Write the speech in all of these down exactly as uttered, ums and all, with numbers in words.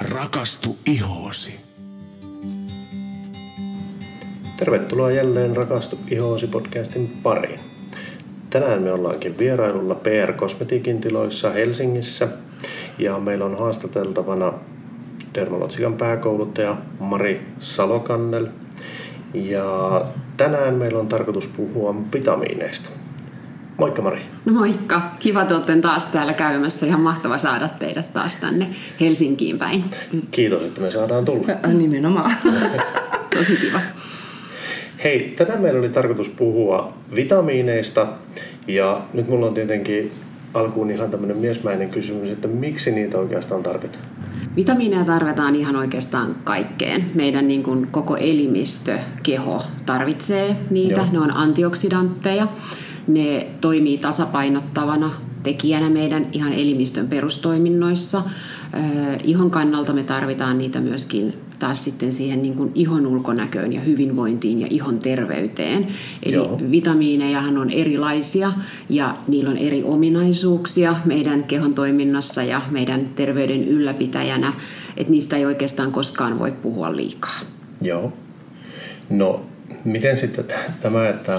Rakastu ihoosi. Tervetuloa jälleen Rakastu ihoosi podcastin pariin. Tänään me ollaankin vierailulla P R Cosmetiikin tiloissa Helsingissä ja meillä on haastateltavana Dermalogican pääkouluttaja Mari Salokannel. Ja tänään meillä on tarkoitus puhua vitamiineista. Moikka Mari. No moikka. Kiva, että olette taas täällä käymässä. Ihan mahtava saada teidät taas tänne Helsinkiin päin. Kiitos, että me saadaan tulla. Ä, nimenomaan. Tosi kiva. Hei, tänään meillä oli tarkoitus puhua vitamiineista. Ja nyt mulla on tietenkin alkuun ihan tämmöinen miesmäinen kysymys, että miksi niitä oikeastaan tarvitaan? Vitamiineja tarvitaan ihan oikeastaan kaikkeen. Meidän niin kuin koko elimistö, keho tarvitsee niitä. Joo. Ne on antioksidantteja. Ne toimii tasapainottavana tekijänä meidän ihan elimistön perustoiminnoissa. Äh, ihon kannalta me tarvitaan niitä myöskin taas sitten siihen niin kuin ihon ulkonäköön ja hyvinvointiin ja ihon terveyteen. Eli Joo. vitamiinejahan on erilaisia ja niillä on eri ominaisuuksia meidän kehon toiminnassa ja meidän terveyden ylläpitäjänä, että niistä ei oikeastaan koskaan voi puhua liikaa. Joo. No, miten sitten tämä, että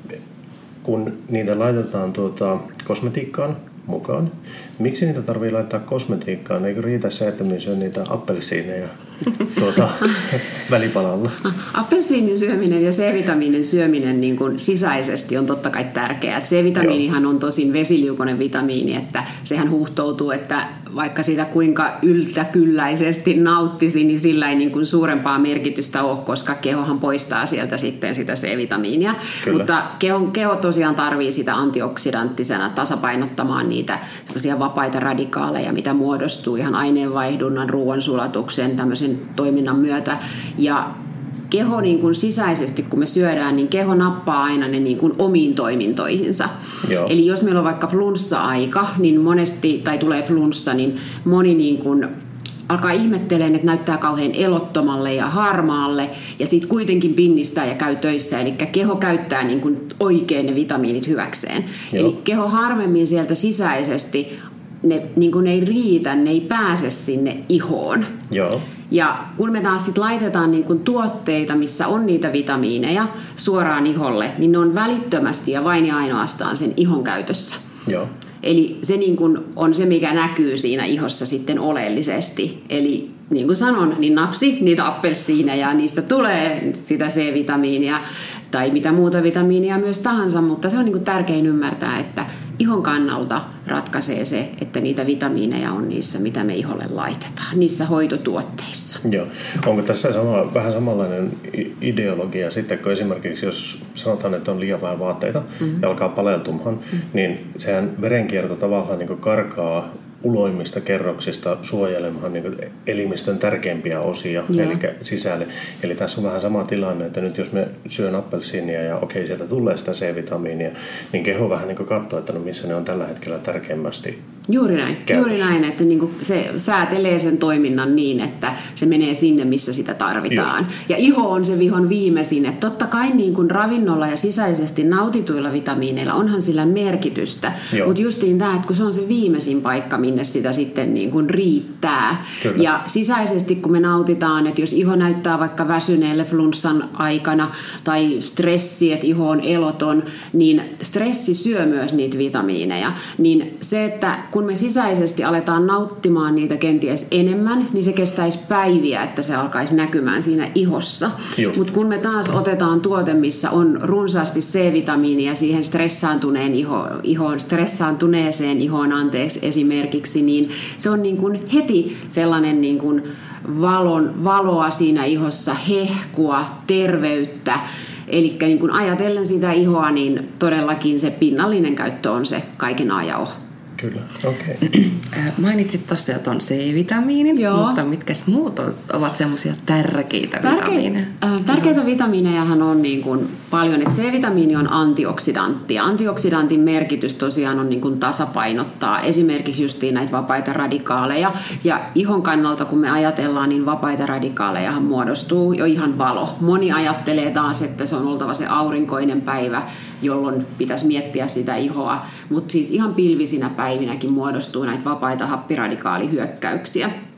kun niitä laitetaan tuota, kosmetiikkaan mukaan, miksi niitä tarvii laittaa kosmetiikkaan? Eikö riitä se, että me syö niitä appelsiineja tuota, välipalalla? Appelsiinin syöminen ja C-vitamiinin syöminen niin kuin sisäisesti on totta kai tärkeää. C-vitamiinihan on tosin vesiliukoinen vitamiini, että sehän huuhtoutuu, että vaikka sitä kuinka yltäkylläisesti nauttisi, niin sillä ei niin kuin suurempaa merkitystä ole, koska kehohan poistaa sieltä sitten sitä C-vitamiinia. Kyllä. Mutta keho, keho tosiaan tarvii sitä antioksidanttisena tasapainottamaan niitä sellaisia vapaita radikaaleja, mitä muodostuu ihan aineenvaihdunnan, ruoansulatuksen, tämmöisen toiminnan myötä. Ja keho niin kuin sisäisesti, kun me syödään, niin keho nappaa aina ne niin kuin omiin toimintoihinsa. Joo. Eli jos meillä on vaikka flunssa-aika, niin monesti, tai tulee flunssa, niin moni niin kuin alkaa ihmettelemään, että näyttää kauhean elottomalle ja harmaalle, ja sitten kuitenkin pinnistää ja käy töissä. Eli keho käyttää niin kuin oikein ne vitamiinit hyväkseen. Joo. Eli keho harvemmin sieltä sisäisesti, ne, niin kuin ne ei riitä, ne ei pääse sinne ihoon. Joo. Ja kun me taas sit laitetaan niin kun tuotteita, missä on niitä vitamiineja suoraan iholle, niin ne on välittömästi ja vain ja ainoastaan sen ihon käytössä. Joo. Eli se niin kun on se, mikä näkyy siinä ihossa sitten oleellisesti. Eli niin kuin sanon, niin napsi niitä appelsiineja ja niistä tulee sitä C-vitamiinia tai mitä muuta vitamiinia myös tahansa, mutta se on niin kuin tärkein ymmärtää, että ihon kannalta ratkaisee se, että niitä vitamiineja on niissä, mitä me iholle laitetaan, niissä hoitotuotteissa. Joo. Onko tässä sama, vähän samanlainen ideologia sitten, kun esimerkiksi jos sanotaan, että on liian vähän vaatteita mm-hmm. ja alkaa paleltumaan, mm-hmm. niin sehän verenkierto tavallaan niin kuin karkaa uloimmista kerroksista suojelemaan niin elimistön tärkeimpiä osia, Joo. eli sisälle. Eli tässä on vähän sama tilanne, että nyt jos me syön appelsiinia ja okei, sieltä tulee sitä C-vitamiinia, niin keho vähän niin katsoo, että no missä ne on tällä hetkellä tärkeimmästi Juuri näin, käytössä. Juuri näin, että niin se säätelee sen toiminnan niin, että se menee sinne, missä sitä tarvitaan. Just. Ja iho on se vihon viimeisin, että totta kai niin kuin ravinnolla ja sisäisesti nautituilla vitamiineilla onhan sillä merkitystä, mutta justiin tämä, että kun se on se viimeisin paikka, minne sitä sitten niin kuin riittää. Kyllä. Ja sisäisesti kun me nautitaan, että jos iho näyttää vaikka väsyneelle flunssan aikana tai stressi, että iho on eloton, niin stressi syö myös niitä vitamiineja. Niin se, että kun me sisäisesti aletaan nauttimaan niitä kenties enemmän, niin se kestäisi päiviä, että se alkaisi näkymään siinä ihossa. Mutta kun me taas otetaan tuote, missä on runsaasti C-vitamiinia siihen stressaantuneen iho, ihoon, stressaantuneeseen ihoon anteeksi esimerkiksi, niin se on niin kuin heti sellainen niin kuin valon, valoa siinä ihossa, hehkua, terveyttä. Eli niin kuin ajatellen sitä ihoa, niin todellakin se pinnallinen käyttö on se kaiken A ja O. Kyllä, okei. Okay. Mainitsit tuossa jo tuon C-vitamiinin, Joo. mutta mitkä muut ovat semmoisia tärkeitä Tärke- vitamiineja? Äh, tärkeitä Joo. vitamiinejahan on niin kuin paljon, että C-vitamiini on antioksidantti. Antioksidantin merkitys tosiaan on niin kuin tasapainottaa esimerkiksi justiin näitä vapaita radikaaleja. Ja ihon kannalta, kun me ajatellaan, niin vapaita radikaalejahan muodostuu jo ihan valo. Moni ajattelee taas, että se on oltava se aurinkoinen päivä, jolloin pitäisi miettiä sitä ihoa. Mutta siis ihan pilvisinä päivinäkin muodostuu näitä vapaita happiradikaalihyökkäyksiä.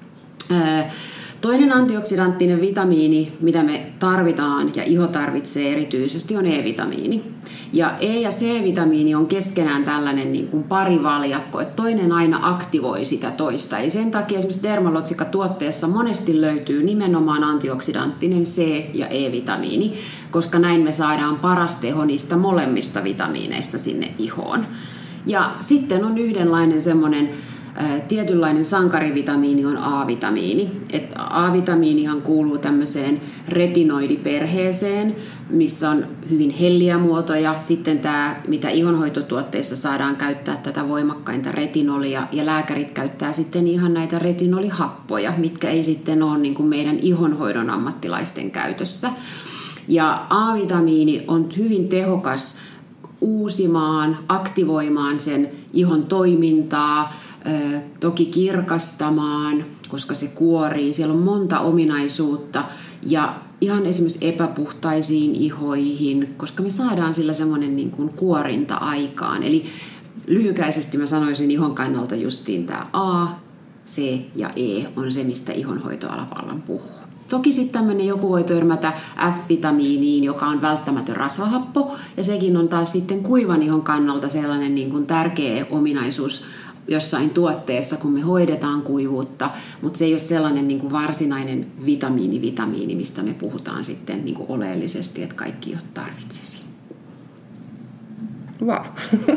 Toinen antioksidanttinen vitamiini, mitä me tarvitaan ja iho tarvitsee erityisesti, on E-vitamiini. Ja E- ja C-vitamiini on keskenään tällainen niin kuin parivaljakko, että toinen aina aktivoi sitä toista. Eli sen takia esimerkiksi Dermalogica-tuotteessa monesti löytyy nimenomaan antioksidanttinen C- ja E-vitamiini, koska näin me saadaan paras teho niistä molemmista vitamiineista sinne ihoon. Ja sitten on yhdenlainen semmoinen tietynlainen sankarivitamiini on A-vitamiini. Et A-vitamiinihan kuuluu tämmöiseen retinoidiperheeseen, missä on hyvin helliä muotoja. Sitten tämä, mitä ihonhoitotuotteissa saadaan käyttää tätä voimakkainta retinolia, ja lääkärit käyttää sitten ihan näitä retinolihappoja, mitkä ei sitten ole niin kuin meidän ihonhoidon ammattilaisten käytössä. Ja A-vitamiini on hyvin tehokas uusimaan, aktivoimaan sen ihon toimintaa, toki kirkastamaan, koska se kuorii. Siellä on monta ominaisuutta ja ihan esimerkiksi epäpuhtaisiin ihoihin, koska me saadaan sillä semmoinen niin kuin kuorinta aikaan. Eli lyhykäisesti mä sanoisin ihon kannalta justiin tämä A, C ja E on se, mistä ihonhoitoala vallan puhuu. Toki sitten tämmöinen joku voi törmätä F-vitamiiniin, joka on välttämätön rasvahappo, ja sekin on taas sitten kuivan ihon kannalta sellainen niin kuin tärkeä ominaisuus jossain tuotteessa, kun me hoidetaan kuivuutta, mutta se ei ole sellainen niin kuin varsinainen vitamiini, vitamiini, mistä me puhutaan sitten niin kuin oleellisesti, että kaikki jo tarvitsisi. Wow.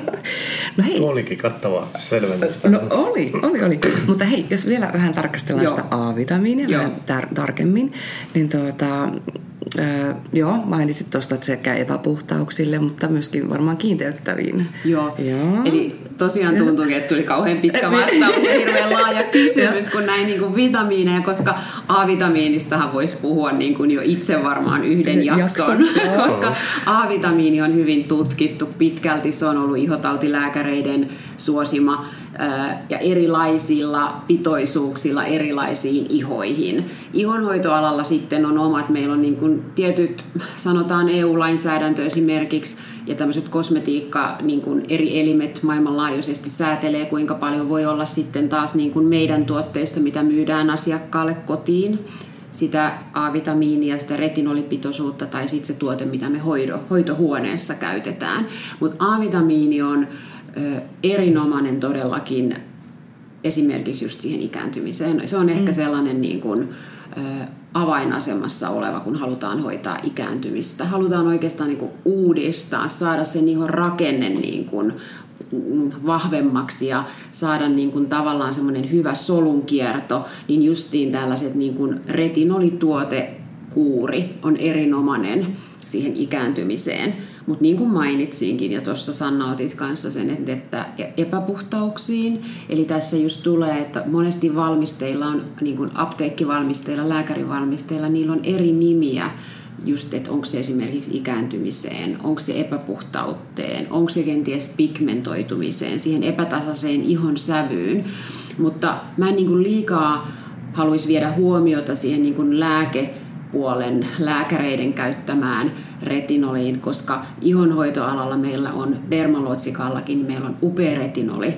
No hei. Tuo olikin kattava selvennys. No oli, oli, oli. Mutta hei, jos vielä vähän tarkastellaan Joo. sitä A-vitamiinia Joo. vähän tar- tarkemmin, niin tuota, äh, joo, mainitsit tuosta, että se käy epäpuhtauksille, mutta myöskin varmaan kiinteyttäviin. Joo, Joo. Eli tosiaan tuntuukin, että tuli kauhean pitkä vastaus ja hirveän laaja kysymys, kun näin niin kuin vitamiineja, koska A-vitamiinistahan voisi puhua niin kuin jo itse varmaan yhden jakson, koska A-vitamiini on hyvin tutkittu pitkälti, se on ollut ihotautilääkäreiden suosima ja erilaisilla pitoisuuksilla erilaisiin ihoihin. Ihonhoitoalalla sitten on omat, meillä on niin kuin tietyt, sanotaan E U-lainsäädäntö esimerkiksi, ja tämmöiset kosmetiikka, niin kuin eri elimet maailmanlaajuisesti säätelee, kuinka paljon voi olla sitten taas niin kuin meidän tuotteissa, mitä myydään asiakkaalle kotiin, sitä A-vitamiinia, sitä retinolipitoisuutta tai sitten se tuote, mitä me hoito, hoitohuoneessa käytetään. Mutta A-vitamiini on ö, erinomainen todellakin esimerkiksi just siihen ikääntymiseen. Se on ehkä sellainen niin kuin, ö, avainasemassa oleva, kun halutaan hoitaa ikääntymistä. Halutaan oikeastaan niin kuin uudistaa, saada sen ihon rakenne niin kuin vahvemmaksi ja saada niin kuin tavallaan semmoinen hyvä solunkierto, niin justiin tällaiset niin kuin retinolituotekuuri on erinomainen siihen ikääntymiseen. Mutta niin kuin mainitsinkin, ja tuossa Sanna otit kanssa sen, että epäpuhtauksiin, eli tässä just tulee, että monesti valmisteilla on, niin kuin apteekkivalmisteilla, lääkärivalmisteilla, niillä on eri nimiä, just, että onko se esimerkiksi ikääntymiseen, onko se epäpuhtauteen, onko se kenties pigmentoitumiseen, siihen epätasaiseen ihon sävyyn, mutta mä en niin kuin liikaa haluaisi viedä huomiota siihen niin kuin lääkepuolen lääkäreiden käyttämään retinoliin, koska ihonhoitoalalla meillä on Dermalogikallakin, meillä on upea retinoli.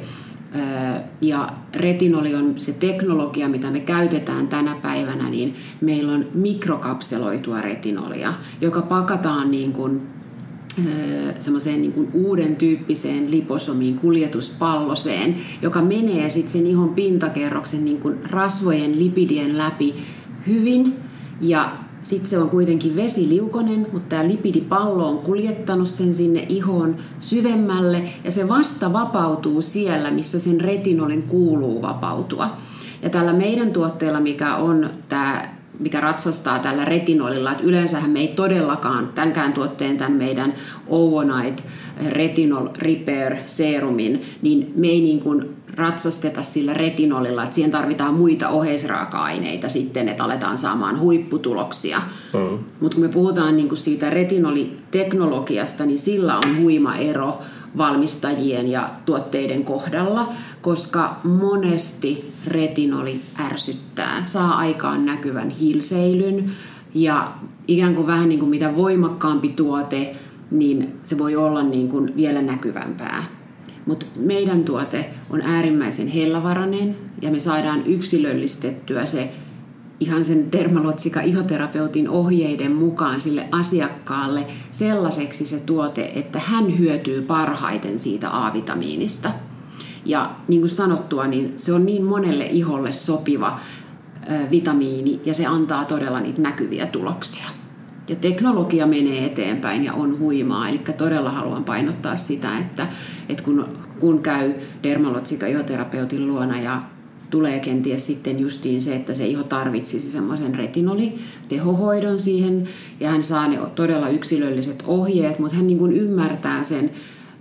Ja retinoli on se teknologia, mitä me käytetään tänä päivänä, niin meillä on mikrokapseloitua retinolia, joka pakataan niin kuin semmoiseen niin kuin uuden tyyppiseen liposomiin, kuljetuspalloseen, joka menee sitten sen ihon pintakerroksen niin kuin rasvojen, lipidien läpi hyvin, ja sitten se on kuitenkin vesiliukonen, mutta tämä lipidipallo on kuljettanut sen sinne ihoon syvemmälle, ja se vasta vapautuu siellä, missä sen retinolin kuuluu vapautua. Ja tällä meidän tuotteella, mikä on tämä, mikä ratsastaa tällä retinolilla, että yleensähän me ei todellakaan tämänkään tuotteen, tämän meidän Overnight Retinol Repair Serumin, niin me ei niin kuin ratsasteta sillä retinolilla, että siihen tarvitaan muita oheisraaka-aineita sitten, että aletaan saamaan huipputuloksia. Mm. Mutta kun me puhutaan niin kuin siitä retinoliteknologiasta, niin sillä on huima ero valmistajien ja tuotteiden kohdalla, koska monesti retinoli ärsyttää, saa aikaan näkyvän hilseilyn ja ikään kuin vähän niin kuin mitä voimakkaampi tuote, niin se voi olla niin kuin vielä näkyvämpää. Mutta meidän tuote on äärimmäisen hellävarainen ja me saadaan yksilöllistettyä se ihan sen Dermalogica ihoterapeutin ohjeiden mukaan sille asiakkaalle sellaiseksi se tuote, että hän hyötyy parhaiten siitä A-vitamiinista. Ja niin kuin sanottua, niin se on niin monelle iholle sopiva ö, vitamiini ja se antaa todella niitä näkyviä tuloksia. Ja teknologia menee eteenpäin ja on huimaa, eli todella haluan painottaa sitä, että, että kun, kun käy Dermalogica ihoterapeutin luona ja tulee kenties sitten justiin se, että se iho tarvitsisi semmoisen retinolitehohoidon siihen ja hän saa ne todella yksilölliset ohjeet, mutta hän niin kuin ymmärtää sen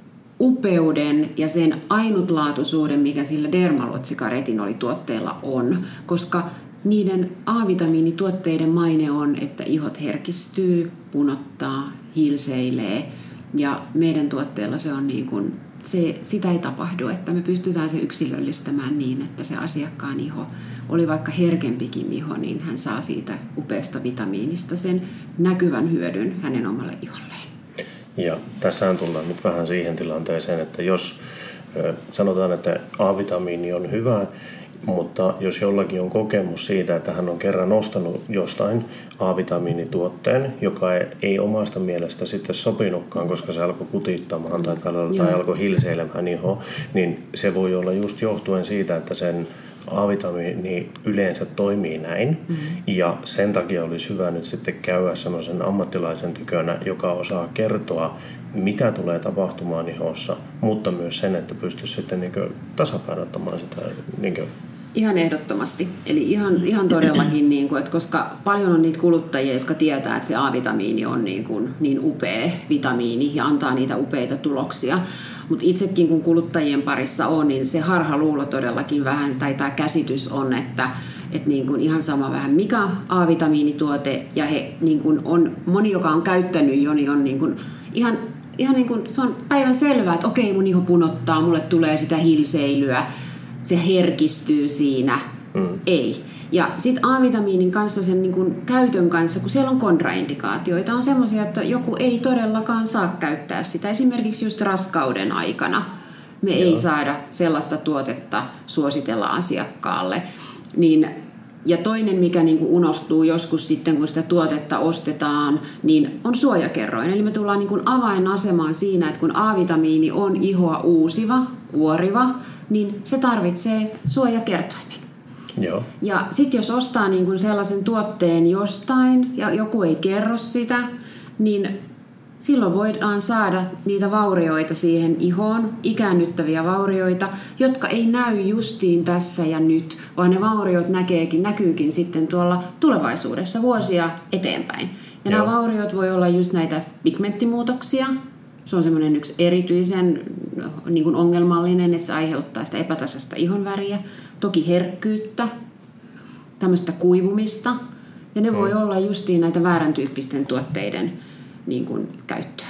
upeuden ja sen ainutlaatuisuuden, mikä sillä Dermalogica retinolituotteella on, koska niiden A-vitamiinituotteiden maine on, että ihot herkistyy, punottaa, hilseilee ja meidän tuotteella se on niin kuin, se, sitä ei tapahdu, että me pystytään se yksilöllistämään niin, että se asiakkaan iho, oli vaikka herkempikin iho, niin hän saa siitä upeasta vitamiinista sen näkyvän hyödyn hänen omalle iholleen. Ja tässähän tullaan nyt vähän siihen tilanteeseen, että jos sanotaan, että A-vitamiini on hyvä, mutta jos jollakin on kokemus siitä, että hän on kerran ostanut jostain A-vitamiinituotteen, joka ei omasta mielestä sitten sopinutkaan, koska se alkoi kutittamaan tai, tai alkoi hilseilemään ihoa, niin se voi olla just johtuen siitä, että sen A-vitamiini yleensä toimii näin. Mm-hmm. Ja sen takia olisi hyvä nyt sitten käydä semmoisen ammattilaisen tykönä, joka osaa kertoa, mitä tulee tapahtumaan ihossa, mutta myös sen, että pystyisi sitten niin kuin tasapainottamaan sitä. Niin kuin Ihan ehdottomasti. Eli ihan, ihan todellakin, niin kuin, että koska paljon on niitä kuluttajia, jotka tietää, että se A-vitamiini on niin, kuin, niin upea vitamiini ja antaa niitä upeita tuloksia. Mutta itsekin kun kuluttajien parissa on, niin se harhaluulo todellakin vähän, tai tämä käsitys on, että, että niin kuin ihan sama vähän mikä A-vitamiinituote, ja he, niin kuin on, moni, joka on käyttänyt jo, niin on niin kuin ihan, ihan niin kuin, se on päivän selvää, että okei, mun iho punottaa, mulle tulee sitä hilseilyä, se herkistyy siinä. Mm. Ei. Ja sitten A-vitamiinin kanssa, sen niin kun käytön kanssa, kun siellä on kontraindikaatioita, on semmoisia, että joku ei todellakaan saa käyttää sitä. Esimerkiksi just raskauden aikana me Joo. ei saada sellaista tuotetta suositella asiakkaalle. Niin, ja toinen, mikä niin kun unohtuu joskus sitten, kun sitä tuotetta ostetaan, niin on suojakerroin. Eli me tullaan niin kun avainasemaan siinä, että kun A-vitamiini on ihoa uusiva, kuoriva, niin se tarvitsee suojakertoimen. Joo. Ja sitten jos ostaa niin kuin sellaisen tuotteen jostain ja joku ei kerro sitä, niin silloin voidaan saada niitä vaurioita siihen ihoon, ikäännyttäviä vaurioita, jotka ei näy justiin tässä ja nyt, vaan ne vauriot näkeekin, näkyykin sitten tuolla tulevaisuudessa vuosia eteenpäin. Ja Joo. nämä vauriot voi olla just näitä pigmenttimuutoksia. Se on semmoinen yksi erityisen niin kuin ongelmallinen, että se aiheuttaa sitä epätasaista ihonväriä. Toki herkkyyttä, tämmöistä kuivumista. Ja ne mm. voi olla justiin näitä väärän tyyppisten tuotteiden niin kuin, käyttöä.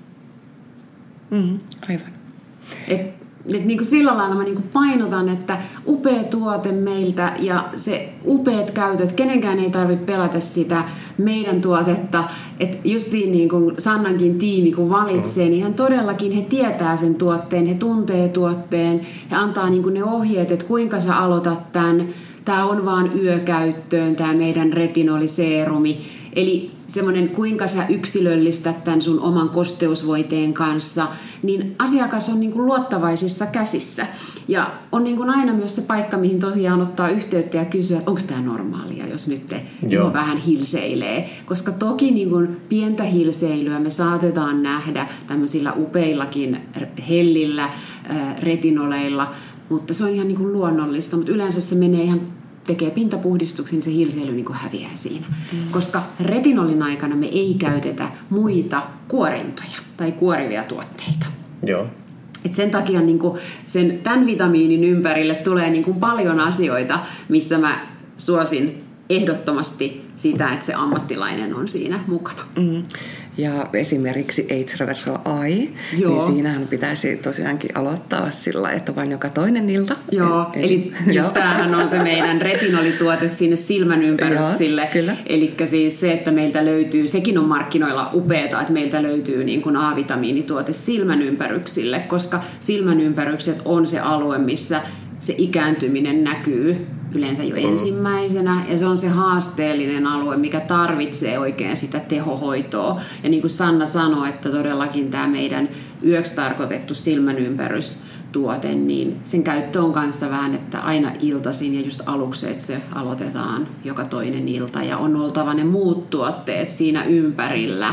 Mm, aivan. Et, et, niin kuin sillä lailla mä niin kuin painotan, että upea tuote meiltä ja se upeat käytöt, kenenkään ei tarvitse pelata sitä meidän tuotetta. Että justiin niin kuin Sannankin tiimi kun valitsee, niin hän todellakin he tietää sen tuotteen, he tuntee tuotteen ja antaa niin kuin ne ohjeet, että kuinka sä aloitat tämän. Tämä on vaan yökäyttöön, tämä meidän retinoliseerumi. Eli semmoinen, kuinka sä yksilöllistät tämän sun oman kosteusvoiteen kanssa, niin asiakas on niin kuin luottavaisissa käsissä. Ja on niin kuin aina myös se paikka, mihin tosiaan ottaa yhteyttä ja kysyä, että onko tämä normaalia, jos nyt te vähän hilseilee. Koska toki niin kuin pientä hilseilyä me saatetaan nähdä tämmöisillä upeillakin hellillä äh, retinoleilla, mutta se on ihan niin kuin luonnollista, mutta yleensä se menee ihan tekee pintapuhdistuksen, se hilseily niin kuin häviää siinä. Mm. Koska retinolin aikana me ei käytetä muita kuorintoja tai kuorivia tuotteita. Joo. Et sen takia niin kuin sen, tämän vitamiinin ympärille tulee niin kuin paljon asioita, missä mä suosin ehdottomasti sitä, että se ammattilainen on siinä mukana. Mm. Ja esimerkiksi Age Reversal Eye, Joo. niin siinähän pitäisi tosiaankin aloittaa sillä, että vain joka toinen ilta. Joo, eli, eli just tämähän on se meidän retinolituote sinne silmän ympäryksille. Eli siis se, että meiltä löytyy, sekin on markkinoilla upeata, että meiltä löytyy niin kuin A-vitamiinituote silmän ympäryksille, koska silmän ympärykset on se alue, missä se ikääntyminen näkyy yleensä jo ensimmäisenä, ja se on se haasteellinen alue, mikä tarvitsee oikein sitä tehohoitoa. Ja niin kuin Sanna sanoi, että todellakin tämä meidän yöksi tarkoitettu silmänympärystuote, niin sen käyttö on kanssa vähän, että aina iltaisin ja just aluksi, että se aloitetaan joka toinen ilta, ja on oltava ne muut tuotteet siinä ympärillä.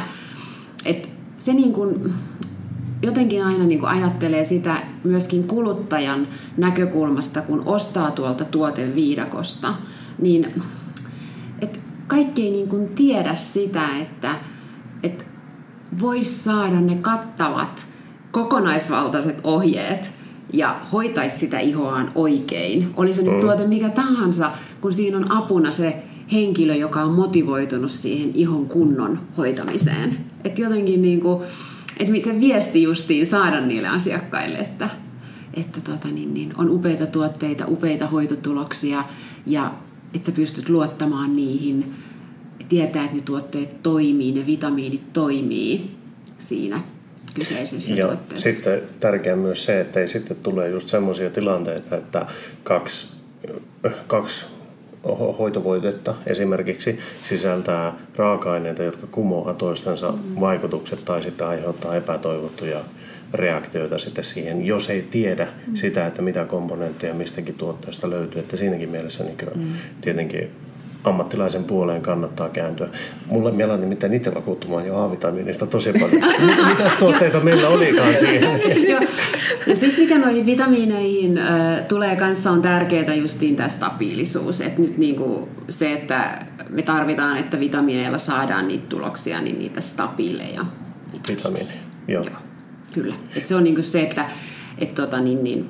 Et se niin kuin jotenkin aina niin kuin ajattelee sitä myöskin kuluttajan näkökulmasta, kun ostaa tuolta tuoteviidakosta, niin et kaikki ei niin kuin tiedä sitä, että et voisi saada ne kattavat kokonaisvaltaiset ohjeet ja hoitaisi sitä ihoaan oikein. Oli se nyt tuote mikä tahansa, kun siinä on apuna se henkilö, joka on motivoitunut siihen ihon kunnon hoitamiseen. Että jotenkin niin kuin että se viesti justiin saada niille asiakkaille, että, että tota niin, niin on upeita tuotteita, upeita hoitotuloksia ja että sä pystyt luottamaan niihin, tietää, että ne tuotteet toimii, ne vitamiinit toimii siinä kyseisessä ja tuotteessa. Sitten tärkeää myös se, että ei sitten tule just semmoisia tilanteita, että kaksi, kaksi hoitovoitetta esimerkiksi sisältää raaka-aineita, jotka kumoaa toistensa mm. vaikutukset tai sitten aiheuttaa epätoivottuja reaktioita sitten siihen, jos ei tiedä mm. sitä, että mitä komponentteja mistäkin tuotteesta löytyy. Että siinäkin mielessä niin mm. tietenkin ammattilaisen puoleen kannattaa kääntyä. Mulle mielellä nimittäin itse vakuuttumaan jo A-vitamiinista tosi paljon. Mitäs tuotteita meillä olikaan siihen? Ja sitten mikä noihin vitamiineihin äh, tulee kanssa on tärkeää justiin tämä stabiilisuus. Et nyt niinku se, että me tarvitaan, että vitamiineilla saadaan niitä tuloksia, niin niitä stabiileja vitamiineja. Joo. Joo. Kyllä. Et se on niinku se, että et tota, niin, niin,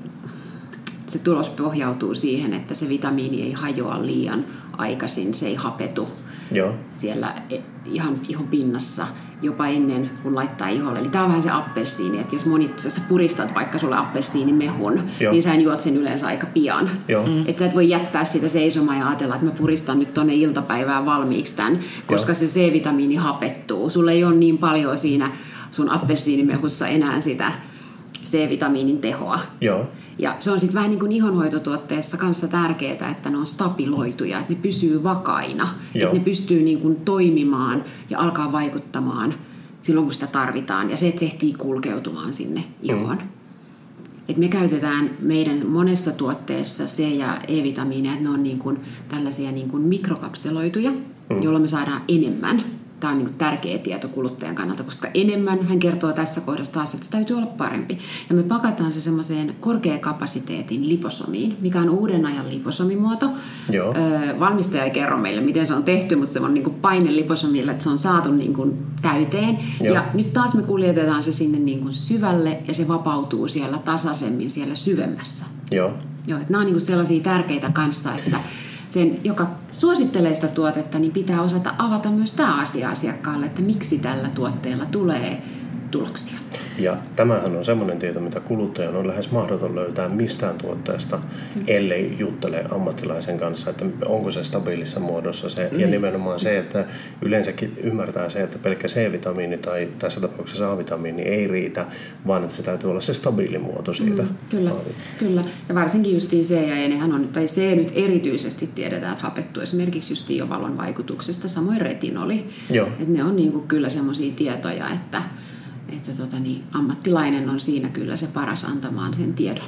se tulos pohjautuu siihen, että se vitamiini ei hajoa liian aikaisin, se ei hapetu Joo. siellä ihan ihon pinnassa jopa ennen kuin laittaa iholle. Eli tämä on vähän se appelsiini, että jos moni, jos sä puristat vaikka sulle appelsiinimehun, Joo. niin sä juot sen yleensä aika pian. Mm. Että sä et voi jättää sitä seisomaan ja ajatella, että mä puristan nyt tonne iltapäivään valmiiksi tämän, koska Joo. se C-vitamiini hapettuu. Sulla ei ole niin paljon siinä sun appelsiinimehussa enää sitä C-vitamiinin tehoa. Joo. Ja se on sitten vähän niin kuin ihonhoitotuotteessa kanssa tärkeää, että ne on stabiloituja, että ne pysyy vakaina, Joo. että ne pystyy niin kuin toimimaan ja alkaa vaikuttamaan silloin, kun sitä tarvitaan. Ja se, että se ehtii kulkeutumaan sinne ihoon. Mm. Et me käytetään meidän monessa tuotteessa C- ja E-vitamiineja, että ne on niin kuin tällaisia niin kuin mikrokapseloituja, mm. jolloin me saadaan enemmän. Tämä on niin kuin tärkeä tieto kuluttajan kannalta, koska enemmän hän kertoo tässä kohdassa taas, että se täytyy olla parempi. Ja me pakataan se semmoiseen korkeakapasiteetin liposomiin, mikä on uuden ajan liposomimuoto. Joo. Öö, valmistaja ei kerro meille, miten se on tehty, mutta se on niin kuin paine liposomilla, että se on saatu niin kuin täyteen. Joo. Ja nyt taas me kuljetetaan se sinne niin kuin syvälle ja se vapautuu siellä tasaisemmin siellä syvemmässä. Joo. Joo, että nämä on niin kuin sellaisia tärkeitä kanssa, että sen, joka suosittelee sitä tuotetta, niin pitää osata avata myös tämä asia asiakkaalle, että miksi tällä tuotteella tulee tuloksia. Ja tämähän on semmoinen tieto, mitä kuluttajan on lähes mahdoton löytää mistään tuotteesta, mm. ellei juttele ammattilaisen kanssa, että onko se stabiilissa muodossa se. Mm. Ja nimenomaan se, että yleensäkin ymmärtää se, että pelkkä C-vitamiini tai tässä tapauksessa A-vitamiini ei riitä, vaan että se täytyy olla se stabiilimuoto siitä. Mm. Kyllä, kyllä. Ja varsinkin justiin C ja E, nehän on, tai C nyt erityisesti tiedetään, että hapettuu esimerkiksi justiin jo valon vaikutuksesta, samoin retinoli. Joo. Että ne on niin kuin kyllä semmoisia tietoja, että että tota, niin, ammattilainen on siinä kyllä se paras antamaan sen tiedon.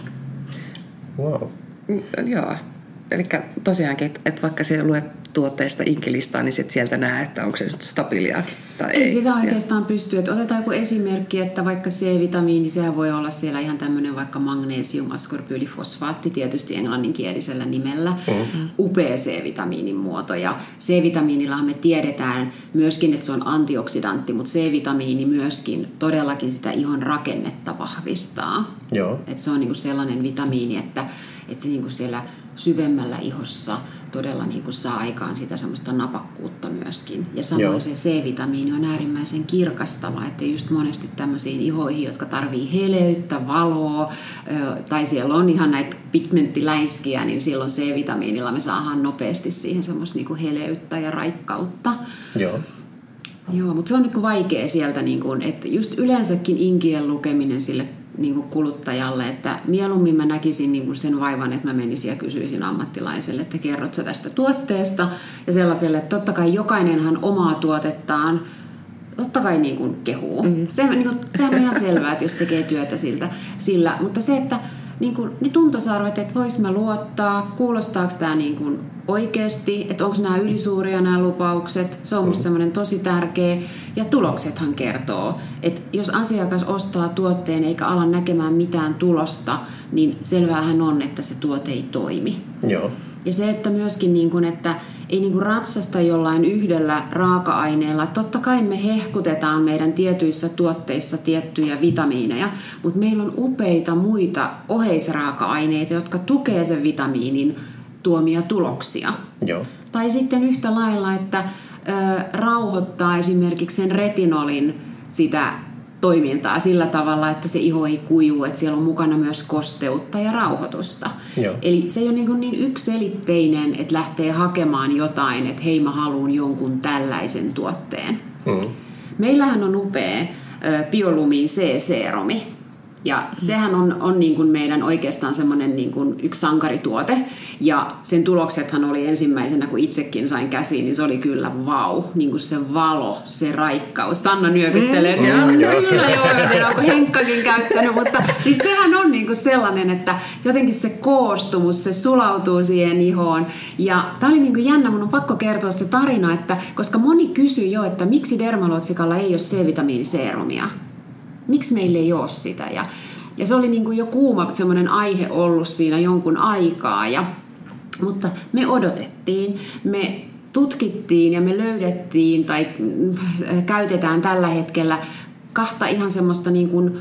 Wow. Mm, joo. Eli tosiaankin, että et vaikka siellä luet tuotteista inkilistaa, niin sit sieltä näe, että onko se nyt stabiilia tai ei. Ei sitä oikeastaan pysty. Että otetaan joku esimerkki, että vaikka C-vitamiini, sehän voi olla siellä ihan tämmöinen vaikka magnesium ascorbylifosfaatti, tietysti englanninkielisellä nimellä, mm-hmm. upea C-vitamiinin muoto. Ja C-vitamiinillahan me tiedetään myöskin, että se on antioksidantti, mutta C-vitamiini myöskin todellakin sitä ihon rakennetta vahvistaa. Joo. Että se on niinku sellainen vitamiini, että, että se niinku siellä syvemmällä ihossa todella niin kuin saa aikaan sitä semmoista napakkuutta myöskin. Ja samoin Joo. se C-vitamiini C-vitamiini on äärimmäisen kirkastava, että just monesti tämmöisiin ihoihin, jotka tarvii heleyttä, valoa, tai siellä on ihan näitä pigmenttiläiskiä, niin silloin C-vitamiinilla me saadaan nopeasti siihen semmoista niinku heleyttä ja raikkautta. Joo. Joo, mutta se on niin vaikea sieltä, niin kuin, että just yleensäkin inkien lukeminen sille niin kuin kuluttajalle, että mieluummin mä näkisin niin kuin sen vaivan, että mä menisin ja kysyisin ammattilaiselle, että kerrot sä tästä tuotteesta ja sellaiselle, että totta kai jokainenhan omaa tuotettaan totta kai niin kuin kehuu. Mm. Se, niin kuin, sehän on ihan selvää, että jos tekee työtä siltä, sillä, mutta se, että niin kuin, ne tuntosarvet, että vois mä luottaa, kuulostaako tämä niin kuin oikeasti, että onko nämä ylisuuria nämä lupaukset, se on musta semmoinen tosi tärkeä. Ja tuloksethan kertoo, että jos asiakas ostaa tuotteen eikä ala näkemään mitään tulosta, niin selväähän on, että se tuote ei toimi. Joo. Ja se, että myöskin, niin kuin, että ei niin kuin ratsasta jollain yhdellä raaka-aineella. Totta kai me hehkutetaan meidän tietyissä tuotteissa tiettyjä vitamiineja, mutta meillä on upeita muita oheisraaka-aineita, jotka tukee sen vitamiinin tuomia tuloksia. Joo. Tai sitten yhtä lailla, että ö, rauhoittaa esimerkiksi sen retinolin sitä toimintaa sillä tavalla, että se iho ei kuivu, että siellä on mukana myös kosteutta ja rauhoitusta. Joo. Eli se ei ole niin, niin yksiselitteinen, että lähtee hakemaan jotain, että hei mä haluan jonkun tällaisen tuotteen. Mm. Meillähän on upea ö, Biolumin C-seromi. Ja sehän on, on niin kuin meidän oikeastaan semmoinen niin kuin yksi sankarituote. Ja sen tuloksethan oli ensimmäisenä, kun itsekin sain käsiin, niin se oli kyllä vau. Niin kuin se valo, se raikkaus. Sanna nyökyttelee. Mm, joo, joo, kyllä joo, joo, onko Henkkakin käyttänyt. Mutta siis sehän on niin kuin sellainen, että jotenkin se koostumus, se sulautuu siihen ihoon. Ja tää oli niin kuin jännä, mun on pakko kertoa se tarina, että koska moni kysyi jo, että miksi Dermalotsikalla ei ole C-vitamiiniseerumia. Miksi meillä ei ole sitä? Ja, ja se oli niin kuin jo kuuma semmoinen aihe ollut siinä jonkun aikaa. Ja, mutta me odotettiin, me tutkittiin ja me löydettiin tai käytetään tällä hetkellä kahta ihan semmoista niin kuin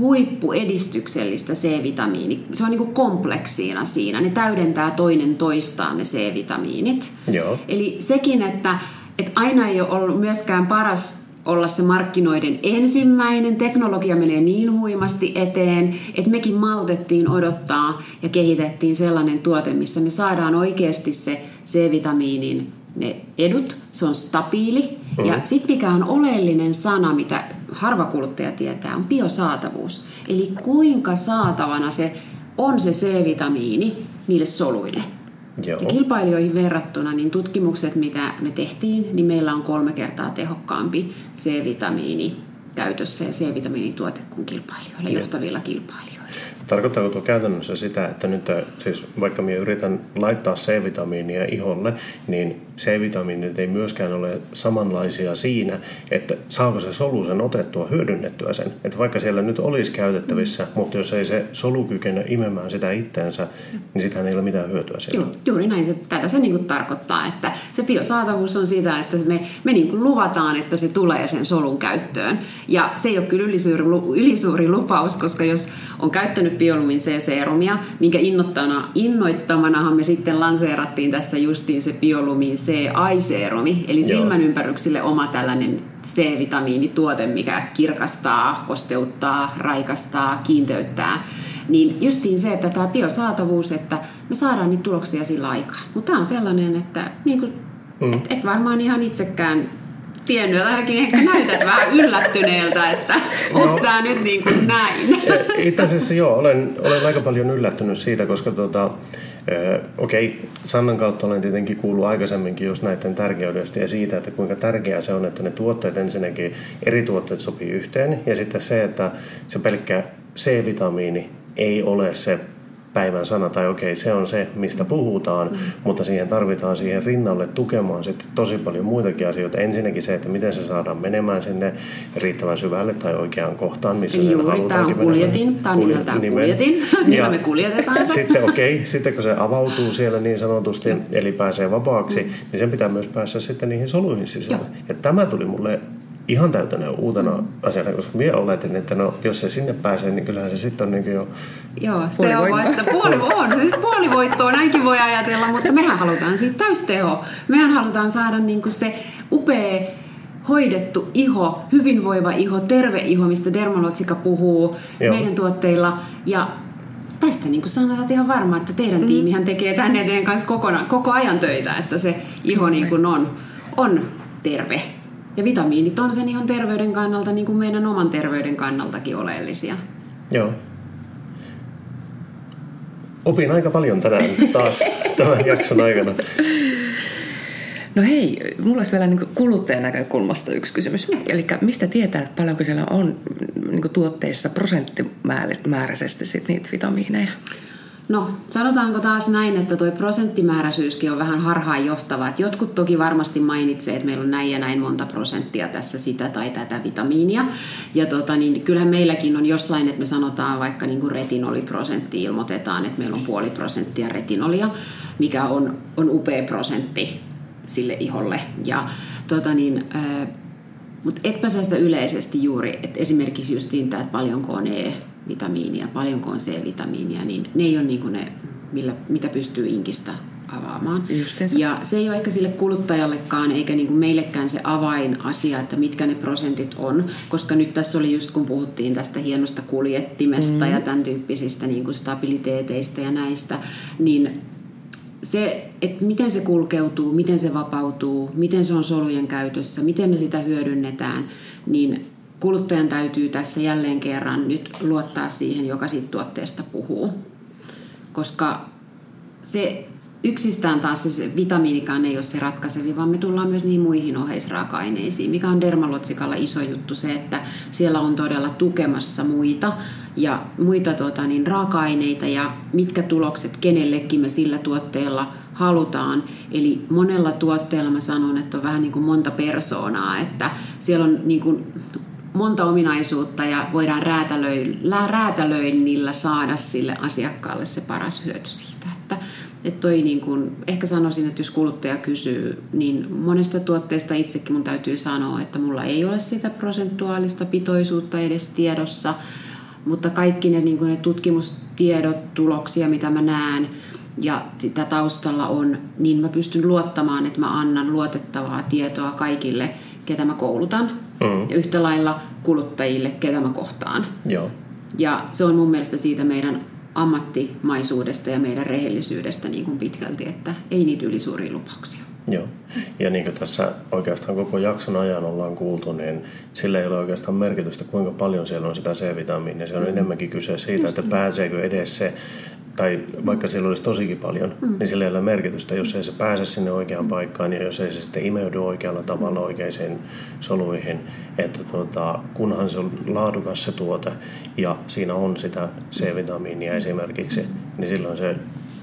huippuedistyksellistä C-vitamiini. Se on niin kuin kompleksiina siinä. Ne täydentää toinen toistaan ne C-vitamiinit. Joo. Eli sekin, että, että aina ei ole ollut myöskään paras olla se markkinoiden ensimmäinen. Teknologia menee niin huimasti eteen, että mekin maltettiin odottaa ja kehitettiin sellainen tuote, missä me saadaan oikeasti se C-vitamiinin ne edut. Se on stabiili. Mm-hmm. Ja sitten mikä on oleellinen sana, mitä harva kuluttaja tietää, on biosaatavuus. Eli kuinka saatavana se on se C-vitamiini niille soluille. Joo. Ja kilpailijoihin verrattuna, niin tutkimukset, mitä me tehtiin, niin meillä on kolme kertaa tehokkaampi C-vitamiini käytössä ja C-vitamiinituote kuin kilpailijoilla, johtavilla kilpailijoilla. Tarkoittaako tuo käytännössä sitä, että nyt siis vaikka minä yritän laittaa C-vitamiinia iholle, niin C-vitamiinit ei myöskään ole samanlaisia siinä, että saako se solu sen otettua, hyödynnettyä sen. Että vaikka siellä nyt olisi käytettävissä, mm. mutta jos ei se solu kykene imemään sitä itteensä, niin sitähän ei ole mitään hyötyä siellä. Joo, juuri näin. Se, tätä se niin kuin tarkoittaa, että se biosaatavuus on sitä, että me, me niin kuin luvataan, että se tulee sen solun käyttöön. Ja se ei ole kyllä ylisuuri, ylisuuri lupaus, koska jos on käyttänyt Biolumin C-serumia, minkä innoittamanahan me sitten lanseerattiin tässä justiin se Biolumin C-eye-serumi, eli silmän ympäryksille oma tällainen C-vitamiinituote, mikä kirkastaa, kosteuttaa, raikastaa, kiinteyttää. Niin justiin se, että tämä biosaatavuus, että me saadaan niitä tuloksia sillä aikaa. Mutta tämä on sellainen, että niin kuin, mm. et, et varmaan ihan itsekään tiennyt, ainakin ehkä näytät vähän yllättyneeltä, että onko no, tämä nyt niin kuin näin? Itse asiassa joo, olen, olen aika paljon yllättynyt siitä, koska tota, äh, okei, okay, Sannan kautta olen tietenkin kuullut aikaisemminkin just näiden tärkeydestä ja siitä, että kuinka tärkeää se on, että ne tuotteet ensinnäkin, eri tuotteet sopii yhteen ja sitten se, että se pelkkä C-vitamiini ei ole se päivän sana, tai okei, se on se, mistä puhutaan, mm. mutta siihen tarvitaan siihen rinnalle tukemaan sitten tosi paljon muitakin asioita. Ensinnäkin se, että miten se saadaan menemään sinne riittävän syvälle tai oikeaan kohtaan, missä eli sen juuri, halutaankin tämä on kuljetin, tämä on nimeltään kuljetin, millä me kuljetetaan se. Sitten okei, okay, sitten kun se avautuu siellä niin sanotusti, mm. eli pääsee vapaaksi, mm. niin sen pitää myös päästä sitten niihin soluihin sisälle. Joo. Ja tämä tuli mulle ihan täytänä uutena mm. asiana, koska minä oletin, että no, jos se sinne pääsee, niin kyllähän se sitten on niin jo joo, se on vasta puoli, on, se puoli voittoa, näinkin voi ajatella, mutta mehän halutaan siitä täysteho. Mehän halutaan saada niin kuin se upea hoidettu iho, hyvinvoiva iho, terve iho, mistä Dermalogica puhuu Joo. meidän tuotteilla. Ja tästä niin kuin sanotaan ihan varma, että teidän mm. tiimihän tekee tänne eteen kanssa kokona, koko ajan töitä, että se iho niin kuin on, on terve. Ja vitamiinit on sen ihon terveyden kannalta niin kuin meidän oman terveyden kannaltakin oleellisia. Joo. Opin aika paljon tänään taas tämän jakson aikana. No hei, mulla olisi vielä niin kuluttajan näkökulmasta yksi kysymys. Eli mistä tietää, että paljonko siellä on niin tuotteissa prosenttimääräisesti sit niitä vitamiineja? No, sanotaanko taas näin, että tuo prosenttimääräisyyskin on vähän harhaanjohtava. Et jotkut toki varmasti mainitsee, että meillä on näin ja näin monta prosenttia tässä sitä tai tätä vitamiinia. Ja tota, niin kyllähän meilläkin on jossain, että me sanotaan vaikka niin kuin retinoliprosentti, ilmoitetaan, että meillä on puoli prosenttia retinolia, mikä on, on upea prosentti sille iholle. Ja, tota niin, äh, mutta etpä sä sitä yleisesti juuri, että esimerkiksi justiin tämä, että paljonko on E-vitamiinia, paljonko on C-vitamiinia, niin ne ei ole niin kuin ne, millä, mitä pystyy inkistä avaamaan. Justensa. Ja se ei ole ehkä sille kuluttajallekaan eikä niin kuin meillekään se avainasia, että mitkä ne prosentit on, koska nyt tässä oli just kun puhuttiin tästä hienosta kuljettimesta mm. ja tämän tyyppisistä niin kuin stabiliteeteista ja näistä, niin se, että miten se kulkeutuu, miten se vapautuu, miten se on solujen käytössä, miten me sitä hyödynnetään, niin kuluttajan täytyy tässä jälleen kerran nyt luottaa siihen, joka siitä tuotteesta puhuu. Koska se yksistään taas se, se vitamiinikaan ei ole se ratkaisevi, vaan me tullaan myös niihin muihin oheisraaka-aineisiin, mikä on Dermalogicalla iso juttu se, että siellä on todella tukemassa muita ja muita tuota, niin, raaka-aineita ja mitkä tulokset kenellekin me sillä tuotteella halutaan. Eli monella tuotteella mä sanon, että on vähän niin kuin monta persoonaa, että siellä on niin kuin monta ominaisuutta ja voidaan räätälöillä, räätälöinnillä saada sille asiakkaalle se paras hyöty siitä. Että, että toi niin kuin, ehkä sanoisin, että jos kuluttaja kysyy, niin monesta tuotteesta itsekin mun täytyy sanoa, että mulla ei ole sitä prosentuaalista pitoisuutta edes tiedossa, mutta kaikki ne, niin kuin ne tutkimustiedot, tuloksia, mitä mä näen ja sitä taustalla on, niin mä pystyn luottamaan, että mä annan luotettavaa tietoa kaikille, ketä mä koulutan mm. ja yhtä lailla kuluttajille, ketä mä kohtaan. Joo. Ja se on mun mielestä siitä meidän ammattimaisuudesta ja meidän rehellisyydestä niin kuin pitkälti, että ei niitä ylisuuria lupauksia. Joo. Ja niin kuin tässä oikeastaan koko jakson ajan ollaan kuultu, niin sillä ei ole oikeastaan merkitystä, kuinka paljon siellä on sitä C-vitamiinia. Se on mm. enemmänkin kyse siitä, Just että niin. pääseekö edes se, tai vaikka siellä olisi tosikin paljon, mm. niin sillä ei ole merkitystä, jos ei se pääse sinne oikeaan mm. paikkaan ja jos ei se sitten imeydy oikealla tavalla oikeisiin soluihin. Että tuota, kunhan se on laadukas se tuote ja siinä on sitä C-vitamiinia esimerkiksi, niin silloin se...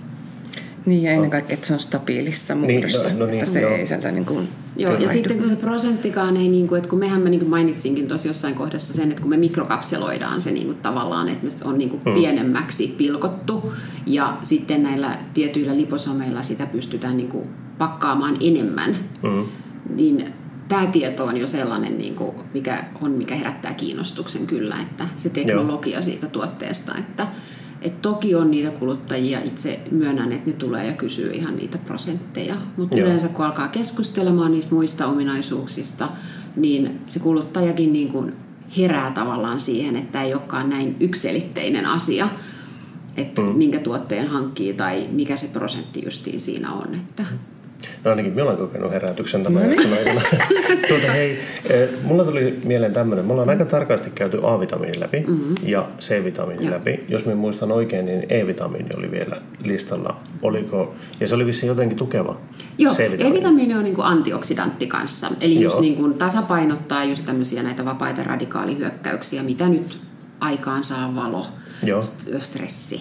Niin ja ennen kaikkea, että se on stabiilissa muodossa, niin, no, no niin, että se joo. ei sieltä niin kuin... Joo, ja sitten kun se prosenttikaan ei, niin kuin, että kun mehän mä niin kuin mainitsinkin tuossa jossain kohdassa sen, että kun me mikrokapseloidaan se niin kuin tavallaan, että se on niin kuin mm. pienemmäksi pilkottu ja sitten näillä tietyillä liposomeilla sitä pystytään niin kuin pakkaamaan enemmän, mm. niin tämä tieto on jo sellainen, niin kuin, mikä, on, mikä herättää kiinnostuksen kyllä, että se teknologia Joo. siitä tuotteesta, että Et toki on niitä kuluttajia, itse myönnän, että ne tulee ja kysyy ihan niitä prosentteja. Mutta yleensä kun alkaa keskustelemaan niistä muista ominaisuuksista, niin se kuluttajakin niin kuin herää tavallaan siihen, että ei olekaan näin yksiselitteinen asia, että mm. minkä tuotteen hankkii tai mikä se prosentti justiin siinä on. Että No ainakin minä olen kokenut herätyksen tämän jakson aikana. tuota, hei, mulla tuli mieleen tämmöinen. Me ollaan aika tarkasti käyty A-vitamiini läpi mm-hmm. ja C-vitamiini ja. läpi. Jos minä muistan oikein, niin E-vitamiini oli vielä listalla. Oliko, ja se oli vissiin jotenkin tukeva Joo, C-vitamiini. E-vitamiini on niin kuin antioksidantti kanssa. Eli just niin kuin tasapainottaa just tämmöisiä näitä vapaita radikaalihyökkäyksiä, mitä nyt aikaan saa valo, Joo. stressi.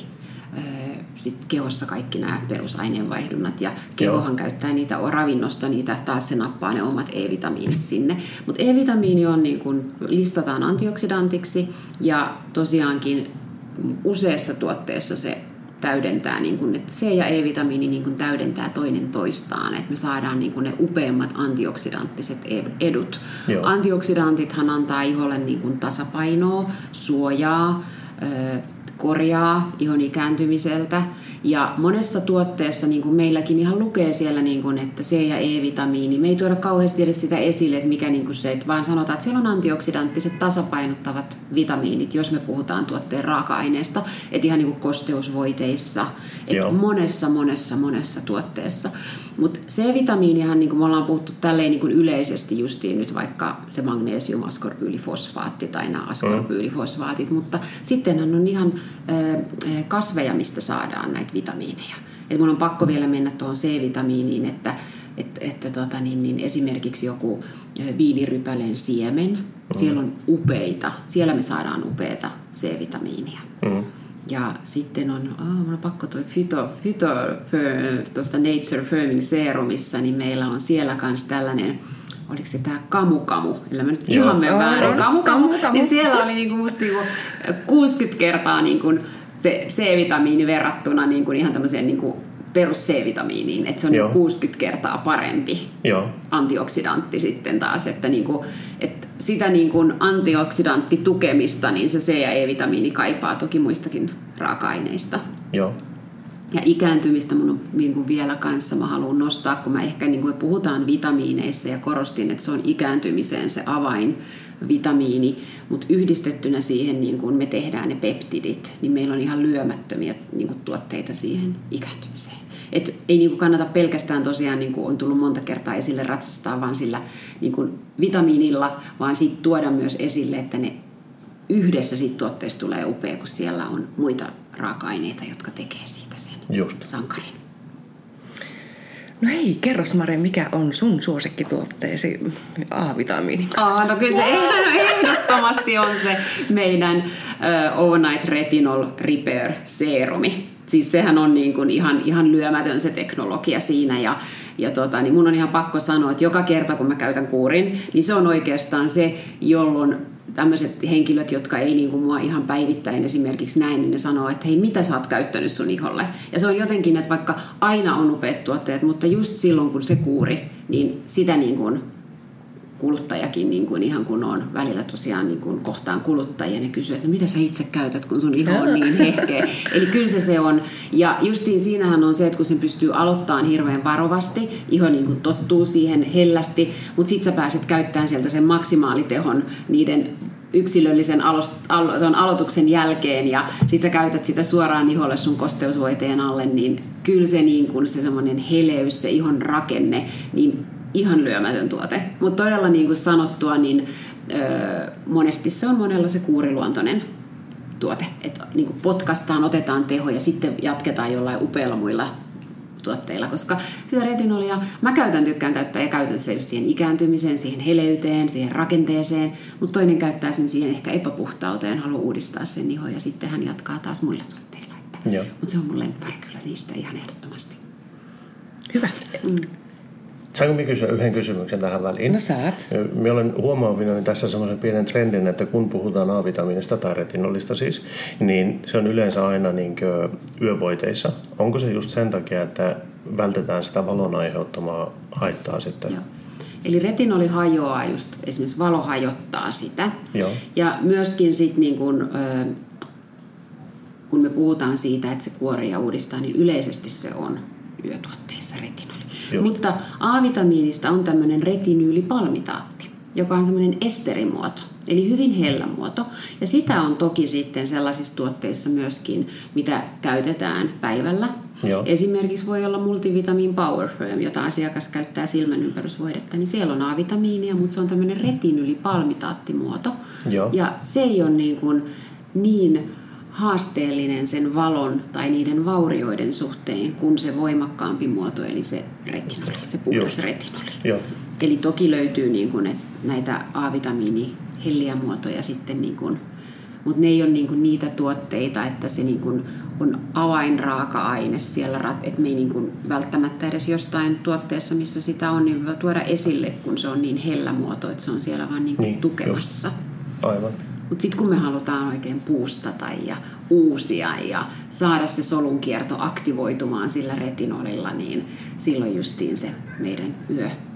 Sitten kehossa kaikki nämä perusaineenvaihdunnat ja kehohan Joo. käyttää niitä ravinnosta, niitä taas se nappaa ne omat E-vitamiinit sinne. Mutta E-vitamiini on niin kun listataan antioksidantiksi ja tosiaankin useassa tuotteessa se täydentää, niin kun, että C ja E-vitamiini niin kun täydentää toinen toistaan, että me saadaan niin kun ne upeimmat antioksidanttiset edut. Joo. Antioksidantithan antaa iholle niin kun tasapainoa, suojaa, korjaa ihon ikääntymiseltä. Ja monessa tuotteessa, niin kuin meilläkin ihan lukee siellä, niin kuin, että C- ja E-vitamiini. Me ei tuoda kauheasti edes sitä esille, että mikä niin kuin se, että vaan sanotaan, että siellä on antioksidanttiset tasapainottavat vitamiinit, jos me puhutaan tuotteen raaka-aineesta. Että ihan niin kuin kosteusvoiteissa, että monessa, monessa, monessa tuotteessa. Mutta C-vitamiinihan, niin kuin me ollaan puhuttu tälleen niin kuin yleisesti justiin nyt vaikka se magnesium, askorbyylifoosfaatti tai nämä askorbyylifoosfaatit, mutta sittenhän on ihan kasveja, mistä saadaan näitä vitamiineja. Et mun on pakko vielä mennä tuohon C-vitamiiniin, että, että, että tota, niin, niin esimerkiksi joku viilirypäleen siemen, mm. siellä on upeita, siellä me saadaan upeita C-vitamiinia. Mm. Ja sitten on, oh, mun on pakko toi Phyto, Phyto tuosta Nature Firming Serumissa, niin meillä on siellä kans tällainen, oliko se tää Kamu Kamu, ellei mä nyt Joo. ihan mene väärin, Kamu Kamu, niin siellä oli niinku musta niinku kuusikymmentä kertaa niinku se C-vitamiini verrattuna niinku ihan tämmöiseen niinku perus C-vitamiiniin, että se on niinku kuusikymmentä kertaa parempi Joo. antioksidantti sitten taas, että niinku, et sitä niinku antioksidantti-tukemista niin se C- ja E-vitamiini kaipaa toki muistakin raaka-aineista. Joo. Ja ikääntymistä mun on niin vielä kanssa mä haluan nostaa, kun mä ehkä niin kuin puhutaan vitamiineissa ja korostin, että se on ikääntymiseen se avainvitamiini, mutta yhdistettynä siihen, niin kuin me tehdään ne peptidit, niin meillä on ihan lyömättömiä niin kuin tuotteita siihen ikääntymiseen. Et ei niin kuin kannata pelkästään tosiaan, niin kuin on tullut monta kertaa esille, ratsastaa vaan sillä niin kuin vitamiinilla, vaan sitten tuoda myös esille, että ne yhdessä siitä tuotteesta tulee upea, kun siellä on muita raaka-aineita, jotka tekee siitä sen Just. sankarin. No hei, kerros Mari, mikä on sun suosikkituotteesi A-vitamiini? Aa, no kyllä se ehdottomasti on se meidän uh, Overnight Retinol Repair Serumi. Siis sehän on niin kuin ihan, ihan lyömätön se teknologia siinä ja, ja tota, niin mun on ihan pakko sanoa, että joka kerta kun mä käytän kuurin, niin se on oikeastaan se, jolloin tämmöiset henkilöt, jotka ei niin kuin mua ihan päivittäin esimerkiksi näin, niin ne sanoo, että hei, mitä sä oot käyttänyt sun iholle? Ja se on jotenkin, että vaikka aina on upeat tuotteet, mutta just silloin kun se kuuri, niin sitä niin kuin kuluttajakin niin kuin ihan kun on välillä tosiaan niin kuin kohtaan kuluttajia, ne kysyy, että no mitä sä itse käytät, kun sun iho on niin hehkeä. Eli kyllä se se on. Ja justiin siinähän on se, että kun sen pystyy aloittamaan hirveän varovasti, iho niin kuin tottuu siihen hellästi, mutta sit sä pääset käyttämään sieltä sen maksimaalitehon niiden yksilöllisen alo- aloituksen jälkeen ja sit sä käytät sitä suoraan iholle sun kosteusvoiteen alle, niin kyllä se, niin kuin se semmoinen heleys, se ihon rakenne, niin ihan lyömätön tuote. Mutta todella niin kuin sanottua, niin öö, monesti se on monella se kuuriluontoinen tuote. Että niin kuin potkastaan, otetaan teho ja sitten jatketaan jollain upeilla muilla tuotteilla, koska sitä retinolia mä käytän, tykkään käyttää ja käytän sitä just siihen ikääntymiseen, siihen heleyteen, siihen rakenteeseen, mutta toinen käyttää sen siihen ehkä epäpuhtauteen, haluaa uudistaa sen ihon ja sitten hän jatkaa taas muilla tuotteilla. Mutta se on mun lemppari kyllä niistä ihan ehdottomasti. Hyvä. Mm. Saanko minä kysyä yhden kysymyksen tähän väliin? No saat. Minä olen huomaavinani tässä semmoisen pienen trendin, että kun puhutaan A-vitamiinista tai retinolista siis, niin se on yleensä aina niin yövoiteissa. Onko se just sen takia, että vältetään sitä valon aiheuttamaa haittaa sitten? Joo. Eli retinoli hajoaa just, esimerkiksi valo hajottaa sitä. Joo. Ja myöskin sit niin kun, kun me puhutaan siitä, että se kuori ja uudistaa, niin yleisesti se on yötuotteissa retinoli. Just. Mutta A-vitamiinista on tämmöinen retinyylipalmitaatti, joka on semmoinen esterimuoto, eli hyvin hellä muoto. Ja sitä on toki sitten sellaisissa tuotteissa myöskin, mitä käytetään päivällä. Joo. Esimerkiksi voi olla multivitamin Power Firm, jota asiakas käyttää silmänympärysvoidetta, niin siellä on A-vitamiinia, mutta se on tämmöinen retinyylipalmitaattimuoto. Joo. Ja se ei ole niin kuin niin haasteellinen sen valon tai niiden vaurioiden suhteen kuin se voimakkaampi muoto, eli se retinoli, se puhdas retinoli. Joo. Eli toki löytyy niin kuin, että näitä A-vitamiini-helliä muotoja sitten, niin kuin, mutta ne ei ole niin kuin niitä tuotteita, että se niin kuin on avainraaka-aine siellä, että me ei niin kuin välttämättä edes jostain tuotteessa, missä sitä on, niin voi tuoda esille, kun se on niin hellä muoto, että se on siellä vaan niin kuin niin, tukemassa. Just. Aivan. Mutta sitten kun me halutaan oikein puustata ja uusia ja saada se solunkierto aktivoitumaan sillä retinolilla, niin silloin justiin se meidän yö,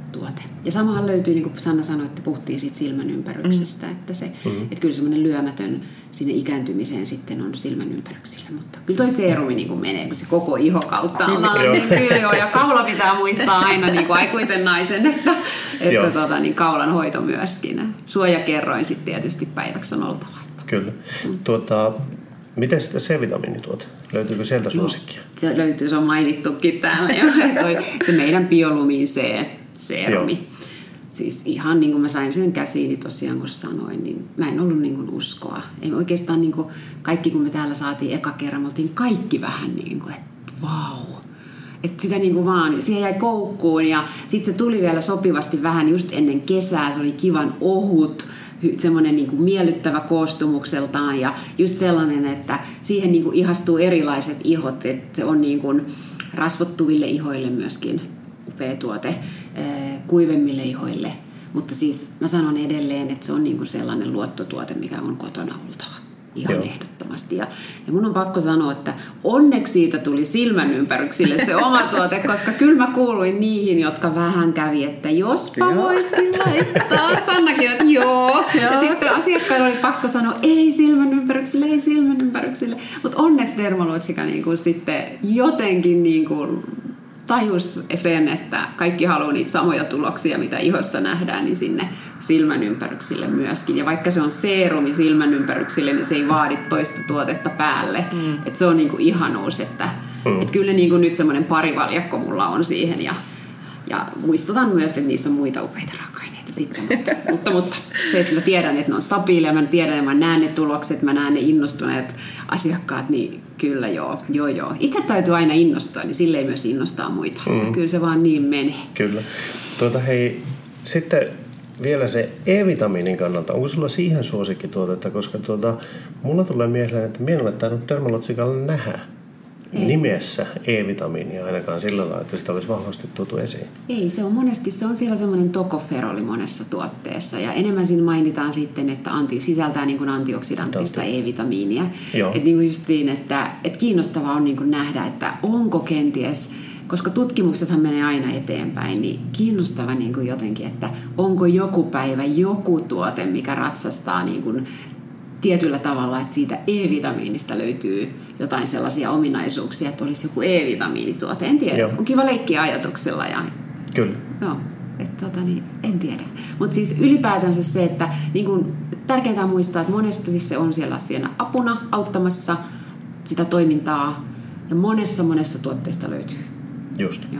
tuote. Ja samahan löytyy, niin kuin Sanna sanoi, että puhuttiin siitä silmän ympäryksestä, mm. että, se, mm-hmm. että kyllä semmoinen lyömätön sinne ikääntymiseen sitten on silmän ympäryksillä. Mutta kyllä toi seerumi niin kuin menee, kun se koko iho kautta ollaan, niin kyllä joo. Ja kaula pitää muistaa aina niin kuin aikuisen naisen, että, että tota, niin kaulan hoito myöskin. Suojakerroin sitten tietysti päiväksi on oltava. Kyllä. Mm. Tuota, miten sitten C-vitamiinituote? Löytyykö sieltä suosikkia? No, se löytyy, se on mainittukin täällä jo. Se meidän Biolumin C-serumi. Siis ihan niin kuin mä sain sen käsiini tosiaan, kun sanoin, niin mä en ollut niin kuin uskoa. Ei oikeastaan niin kuin kaikki, kun me täällä saatiin eka kerran, me oltiin kaikki vähän niin kuin, että vau. Että sitä niin kuin vaan, siihen jäi koukkuun ja sitten se tuli vielä sopivasti vähän just ennen kesää. Se oli kivan ohut, semmoinen niin kuin miellyttävä koostumukseltaan ja just sellainen, että siihen niin kuin ihastuu erilaiset ihot. Että se on niin kuin rasvottuville ihoille myöskin upea tuote, kuivemmille ihoille. Mutta siis mä sanon edelleen, että se on niin kuin sellainen luottotuote, mikä on kotona oltava. Ihan Joo. ehdottomasti. Ja, ja mun on pakko sanoa, että onneksi siitä tuli silmän ympäryksille se oma tuote, koska kyllä mä kuuluin niihin, jotka vähän kävi, että jospa voisikin laittaa. Sannakin, että joo. joo. Ja sitten asiakkailla oli pakko sanoa, ei silmän ympäryksille, ei silmän ympäryksille. Mutta onneksi Dermalogica niin kuin sitten jotenkin niin kuin tajus sen, että kaikki haluaa niitä samoja tuloksia, mitä ihossa nähdään, niin sinne silmän ympäryksille myöskin. Ja vaikka se on seerumi silmän ympäryksille, niin se ei vaadi toista tuotetta päälle. Mm. Että se on niinku ihanuus, että mm. et kyllä niinku nyt semmoinen parivaljakko mulla on siihen. Ja, ja muistutan myös, että niissä on muita upeita raaka-aineita sitten. Mutta, mutta, mutta se, että mä tiedän, että ne on stabiileja, mä tiedän, että mä näen ne tulokset, mä näen ne innostuneet asiakkaat, niin kyllä joo, joo, joo. Itse täytyy aina innostua, niin sille ei myös innostaa muita. Mm. Kyllä se vaan niin menee. Kyllä. Tuota, hei, sitten vielä se E-vitamiinin kannalta. Onko sulla siihen suosikkituotetta? Koska tuota, mulla tulee mieleen, että minä olen tainnut Dermalogicalla nähdä ei. nimessä E-vitamiinia ainakaan sillä lailla, että sitä olisi vahvasti tuotu esiin. Ei, se on monesti, se on siellä semmoinen tokoferoli monessa tuotteessa ja enemmän siinä mainitaan sitten, että anti, sisältää niin kuin antioksidanttista Antti. E-vitamiinia. Että niin kuin justiin, että, että kiinnostavaa on niin kuin nähdä, että onko kenties, koska tutkimuksethan menee aina eteenpäin, niin kiinnostava niin kuin jotenkin, että onko joku päivä joku tuote, mikä ratsastaa niin kuin tietyllä tavalla, että siitä E-vitamiinista löytyy jotain sellaisia ominaisuuksia, että olisi joku E-vitamiinituote. En tiedä. Joo. On kiva leikkiä ajatuksella. Ja, Kyllä. Joo. Että, tota, niin, en tiedä. Mutta siis ylipäätänsä se, että niin kun, tärkeintä on muistaa, että monesti siis se on siellä, siellä apuna auttamassa sitä toimintaa. Ja monessa monessa tuotteesta löytyy. Just. Joo.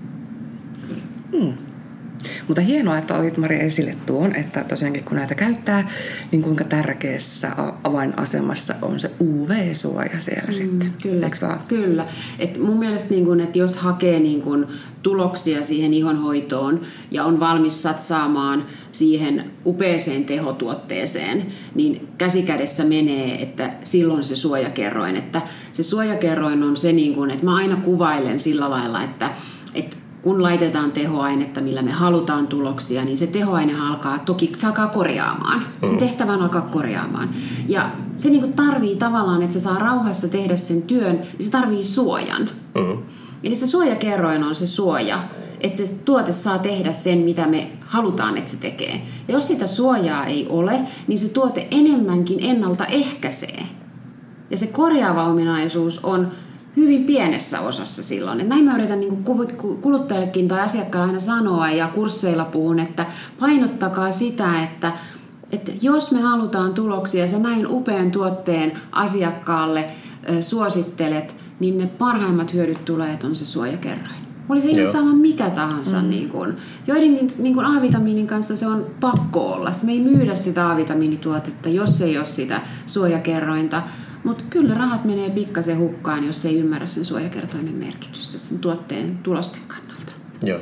Kyllä. Mm. Mutta hienoa, että otit Mari esille tuon, että tosiaankin kun näitä käyttää, niin kuinka tärkeässä avainasemassa on se U V-suoja siellä mm, sitten. Kyllä, kyllä. Et mun mielestä, niin kun, että jos hakee niin kun tuloksia siihen ihonhoitoon ja on valmis satsaamaan siihen upeeseen tehotuotteeseen, niin käsikädessä menee, että silloin se suojakerroin. Että se suojakerroin on se, niin kun, että mä aina kuvailen sillä lailla, että, että kun laitetaan tehoainetta, millä me halutaan tuloksia, niin se tehoaine alkaa, toki se alkaa korjaamaan. Sen tehtävä on alkaa korjaamaan. Ja se niin kuin tarvii tavallaan, että se saa rauhassa tehdä sen työn, niin se tarvii suojan. Mm-hmm. Eli se suojakerroin on se suoja, että se tuote saa tehdä sen, mitä me halutaan, että se tekee. Ja jos sitä suojaa ei ole, niin se tuote enemmänkin ennaltaehkäisee. Ja se korjaava ominaisuus on hyvin pienessä osassa silloin. Et näin mä yritän niin kuluttajallekin tai asiakkaalle aina sanoa ja kursseilla puhun, että painottakaa sitä, että, että jos me halutaan tuloksia ja sä näin upean tuotteen asiakkaalle ö, suosittelet, niin ne parhaimmat hyödyt tulee, että on se suojakerroin. Oli se ihan sama mikä tahansa. Mm. Niin kun, joidenkin niin kun A-vitamiinin kanssa se on pakko olla. Me ei myydä sitä A-vitamiinituotetta, jos ei ole sitä suojakerrointa. Mutta kyllä rahat menee pikkasen hukkaan, jos ei ymmärrä sen suojakertoimen merkitystä sen tuotteen tulosten kannalta. Joo.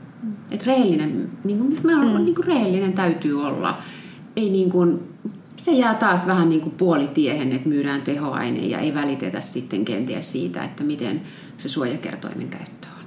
Et rehellinen, niin kuin, mm. niin kuin rehellinen täytyy olla. Ei niin kuin, se jää taas vähän niin kuin puolitiehen, että myydään tehoaine ja ei välitetä sitten kenties siitä, että miten se suojakertoimen käyttö on.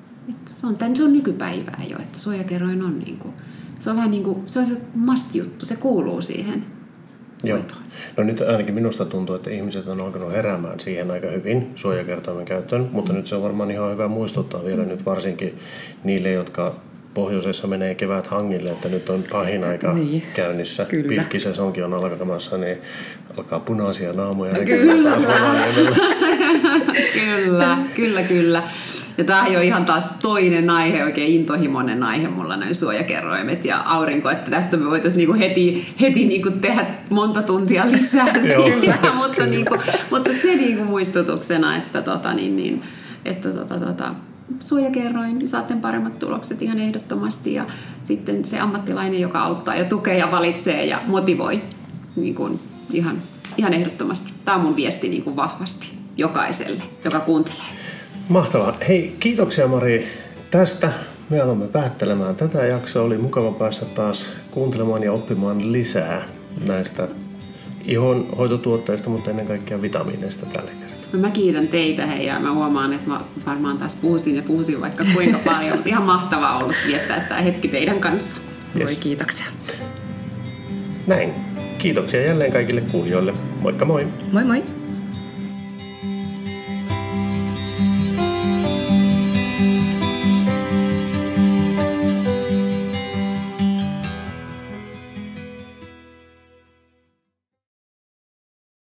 Et on tämän, se on nykypäivää jo, että suojakerroin on niin kuin, se on vähän niin kuin, se on se must-juttu, se kuuluu siihen. Joo. No nyt ainakin minusta tuntuu, että ihmiset on alkanut heräämään siihen aika hyvin suojakertoimen käyttöön, mutta nyt se on varmaan ihan hyvä muistuttaa vielä nyt varsinkin niille, jotka pohjoisessa menee kevät hangille, että nyt on pahin aika niin, käynnissä. Pilkkisesonkin on alkamassa, niin alkaa punaisia naamoja. Kyllä. kyllä, kyllä, kyllä. Ja tämähän on ihan taas toinen aihe, oikein intohimoinen aihe mulla, noin suojakerroimet ja aurinko, että tästä me voitaisiin niinku heti, heti niinku tehdä monta tuntia lisää. mutta, niinku, mutta se niinku muistutuksena, että, tota, niin, niin, että tota, tota, suojakerroin, niin saatte paremmat tulokset ihan ehdottomasti. Ja sitten se ammattilainen, joka auttaa ja tukee ja valitsee ja motivoi niin kuin ihan, ihan ehdottomasti. Tämä on mun viesti niin kuin vahvasti jokaiselle, joka kuuntelee. Mahtavaa. Hei, kiitoksia Mari tästä. Me aloimme päättelemään tätä jaksoa. Oli mukava päästä taas kuuntelemaan ja oppimaan lisää näistä ihonhoitotuotteista, mutta ennen kaikkea vitamiineista tällä kertaa. No mä kiitän teitä hei, ja mä huomaan, että mä varmaan taas puhusin ja puhusin vaikka kuinka paljon, mutta ihan mahtavaa ollut viettää tämä hetki teidän kanssa. Yes. Voi kiitoksia. Näin. Kiitoksia jälleen kaikille kuulijoille. Moikka moi! Moi moi!